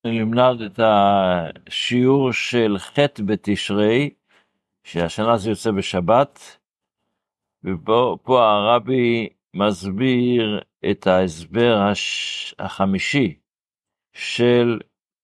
נלמד את השיעור של ח' בתשרי, שהשנה זה יוצא בשבת, ופה הרבי מסביר את ההסבר החמישי של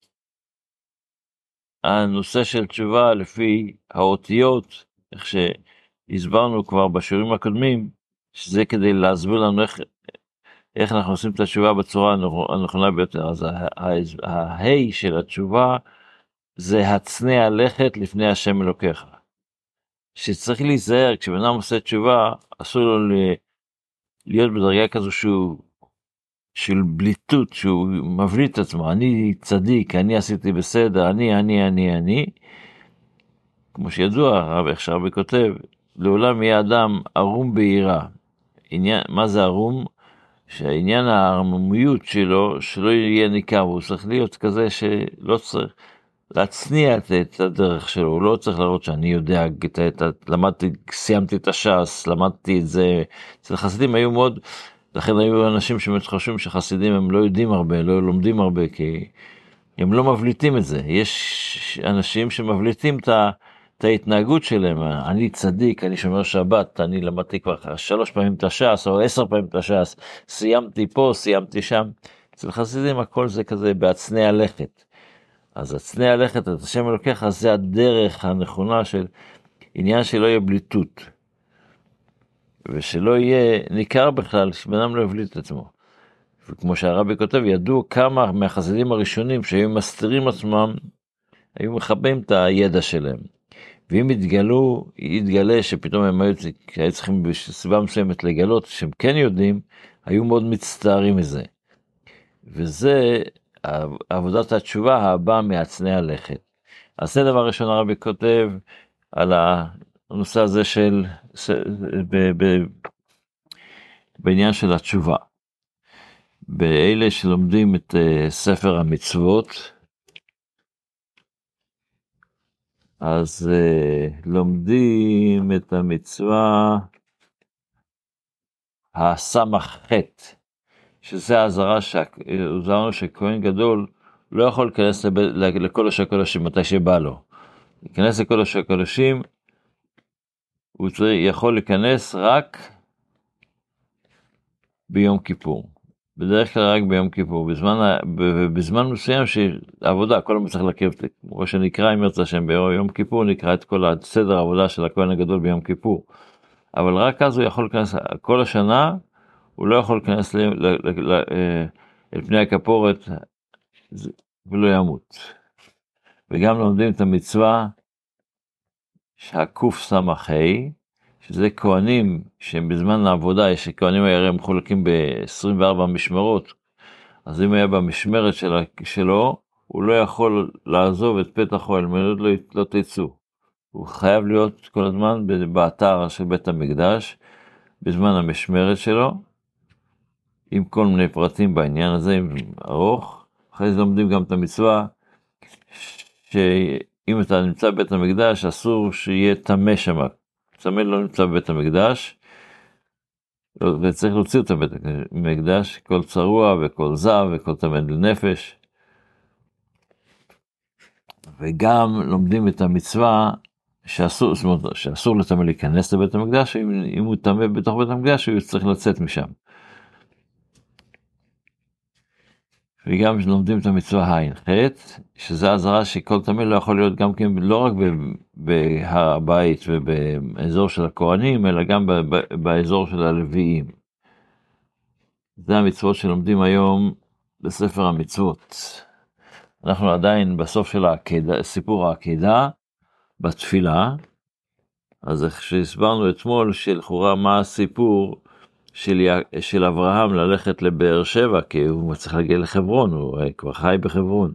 הנושא של תשובה לפי האותיות, איך שהסברנו כבר בשיעורים הקודמים, שזה כדי להסביר לנו איך אנחנו עושים את התשובה בצורה הנכונה ביותר. אז ההי של התשובה זה הצנע לכת לפני השם אלוקיך. שצריך להיזהר, כשבן אדם עושה תשובה, אסור לו להיות בדרגה כזו של בליטות, שהוא מבליט את עצמו, אני צדיק, אני עשיתי בסדר, אני. כמו שידוע, איך שהרבי כותב, לעולם יהיה אדם ערום בעירה. מה זה ערום? שהעניין הערמומיות שלו, שלא יהיה ניכר, הוא צריך להיות כזה שלא צריך להצניע את הדרך שלו, הוא לא צריך להראות שאני יודע, למדתי, סיימתי את הש"ס, למדתי את זה, אצל חסידים היו מאוד, לכן היו אנשים חושבים שחסידים הם לא יודעים הרבה, לא לומדים הרבה, כי הם לא מבליטים את זה. יש אנשים שמבליטים את ההתנהגות שלהם, אני צדיק, אני שומר שבת, אני למדתי כבר 3 פעמים את הש"ס, או 10 פעמים את הש"ס, סיימתי פה, סיימתי שם. אצל חסידים הכל זה כזה בהצנע לכת. אז הצנע לכת, את השם אלוקיך, זה הדרך הנכונה של עניין שלא יהיה בליטות. ושלא יהיה ניכר בכלל, שבן אדם לא יבליט את עצמו. וכמו שהרבי כותב, ידעו כמה מהחסידים הראשונים שהיו מסתירים עצמם, היו מחבאים את הידע שלהם. ואם יתגלה שפתאום הם היו צריכים בסביבה מסוימת לגלות שהם כן יודעים, היו מאוד מצטערים מזה. וזה עבודת התשובה הבאה מהצנע לכת. אז זה דבר ראשון הרבי כותב על הנושא הזה של בעניין של התשובה. באלה שלומדים את ספר המצוות, אז לומדים את המצווה הסמך ח', שזה ההזרה שהוזרנו שכהן גדול לא יכול להיכנס לכל הקודשים מתי שבא לו. להיכנס לכל הקודשים, הוא יכול להיכנס רק ביום כיפור. בדרך כלל רק ביום כיפור, בזמן מסוים שהעבודה, כל הזמן צריך להקריב, כמו שנקרא, אם ירצה שם ביום כיפור, נקרא את כל הסדר העבודה של הכהן הגדול ביום כיפור. אבל רק אז הוא יכול להיכנס, כל השנה, הוא לא יכול להיכנס אל פני הכפורת, ולא ימות. וגם לומדים את המצווה, שהקוף סמך ה', שזה כהנים שהם בזמן העבודה, יש כהנים הרי מחולקים ב-24 משמרות, אז אם היה במשמרת שלו, הוא לא יכול לעזוב את פתח אוהל, מלוד לא תצאו. הוא חייב להיות כל הזמן באתר של בית המקדש, בזמן המשמרת שלו, עם כל מיני פרטים בעניין הזה, עם ארוך. אחרי זה לומדים גם את המצווה, שאם אתה נמצא בבית המקדש, אסור שיהיה טמא שם. צמא לא נמצא בבית המקדש, וצריך להוציא את בית המקדש, כל צרוע וכל זב וכל טמא לנפש. וגם לומדים את המצווה שאסור לטמא להיכנס לבית המקדש, אם הוא טמא בתוך בית המקדש, הוא צריך לצאת משם. וגם לומדים את המצווה ח', שזה הזרה שכל טמא לא יכול להיות גם כן, לא רק בהר הבית ובאזור של הכהנים, אלא גם באזור של הלוויים. זה המצוות שלומדים היום בספר המצוות. אנחנו עדיין בסוף של סיפור העקדה, בתפילה. אז איך שהסברנו אתמול שלכאורה מה הסיפור של אברהם ללכת לבאר שבע, כי הוא צריך להגיע לחברון, הוא כבר חי בחברון.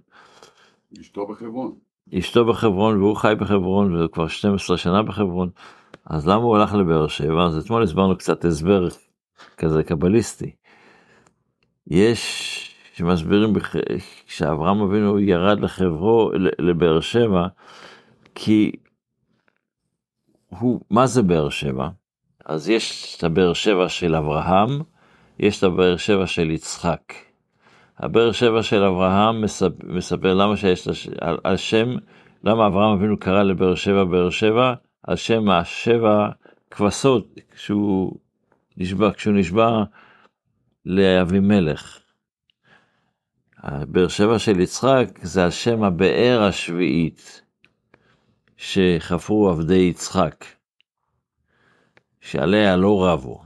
אשתו בחברון, והוא חי בחברון, והוא כבר 12 שנה בחברון. אז למה הוא הלך לבאר שבע? אז אתמול הסברנו קצת הסבר כזה קבליסטי. יש שמסבירים שאברהם אבינו ירד לבאר שבע, כי מה זה באר שבע? אז יש את הבאר שבע של אברהם, יש את הבאר שבע של יצחק. הבאר שבע של אברהם מספר למה שיש על שם, למה אברהם אבינו קרא לבאר שבע באר שבע, על שם השבע כבשות כשהוא נשבע לאבימלך. הבאר שבע של יצחק זה על שם הבאר השביעית שחפרו עבדי יצחק, שעליה לא רבו.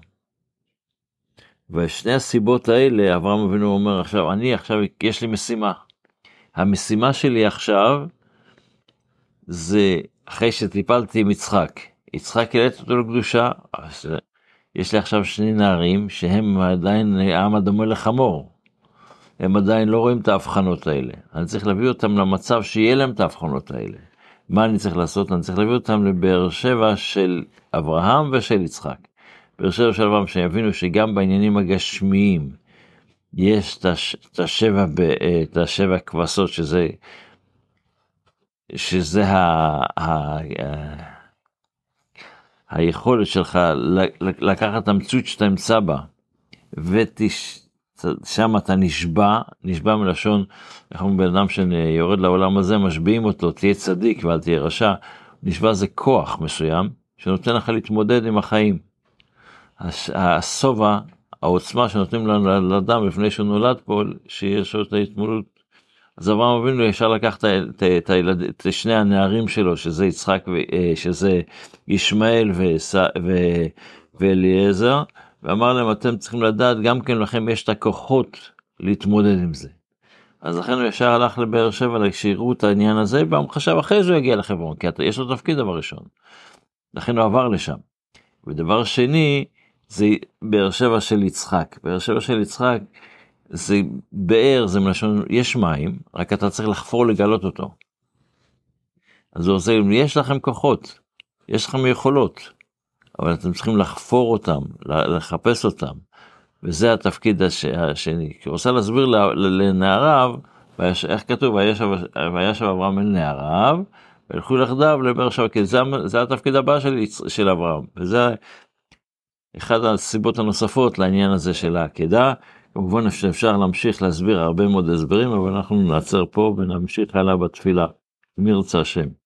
ושני הסיבות האלה, אברהם אבינו אומר עכשיו, עכשיו יש לי משימה. המשימה שלי עכשיו, זה אחרי שטיפלתי עם יצחק. יצחק העליתי אותו לקדושה, יש לי עכשיו שני נערים, שהם עדיין עם הדומה לחמור. הם עדיין לא רואים את ההבחנות האלה. אני צריך להביא אותם למצב שיהיה להם את ההבחנות האלה. מה אני צריך לעשות? אני צריך להביא אותם לבאר שבע של אברהם ושל יצחק. באר שבע של אברהם, שיבינו שגם בעניינים הגשמיים, יש את השבע כבשות, שזה היכולת שלך לקחת את המציאות שאתה נמצא בה, שם אתה נשבע מלשון, אנחנו בן אדם שיורד לעולם הזה, משביעים אותו, תהיה צדיק ואל תהיה רשע. נשבע זה כוח מסוים, שנותן לך להתמודד עם החיים. הסובה, העוצמה שנותנים לאדם לפני שהוא נולד פה, שיש לו את ההתמודדות. אז אברהם אבינו ישר לקח את שני הנערים שלו, שזה יצחק, שזה ישמעאל ואליעזר, ואמר להם, אתם צריכים לדעת, גם כן לכם יש את הכוחות להתמודד עם זה. אז לכן הוא ישר הלך לבאר שבע, שיראו את העניין הזה, והוא חשב אחרי זה הוא יגיע לחברון, כי יש לו תפקיד דבר ראשון. לכן הוא עבר לשם. ודבר שני, זה באר שבע של יצחק. באר שבע של יצחק, זה באר, זה מלשון, יש מים, רק אתה צריך לחפור לגלות אותו. אז הוא עושה, יש לכם כוחות, יש לכם יכולות, אבל אתם צריכים לחפור אותם, לחפש אותם, וזה התפקיד השני. כי הוא רוצה להסביר לנעריו, איך כתוב, וישב אברהם אל נעריו, והלכו יחדיו לבאר שבע, כי זה התפקיד הבא של אברהם, וזה אחת הסיבות הנוספות לעניין הזה של העקדה. כמובן שאפשר להמשיך להסביר הרבה מאוד הסברים, אבל אנחנו נעצר פה ונמשיך הלאה בתפילה. מי ירצה השם.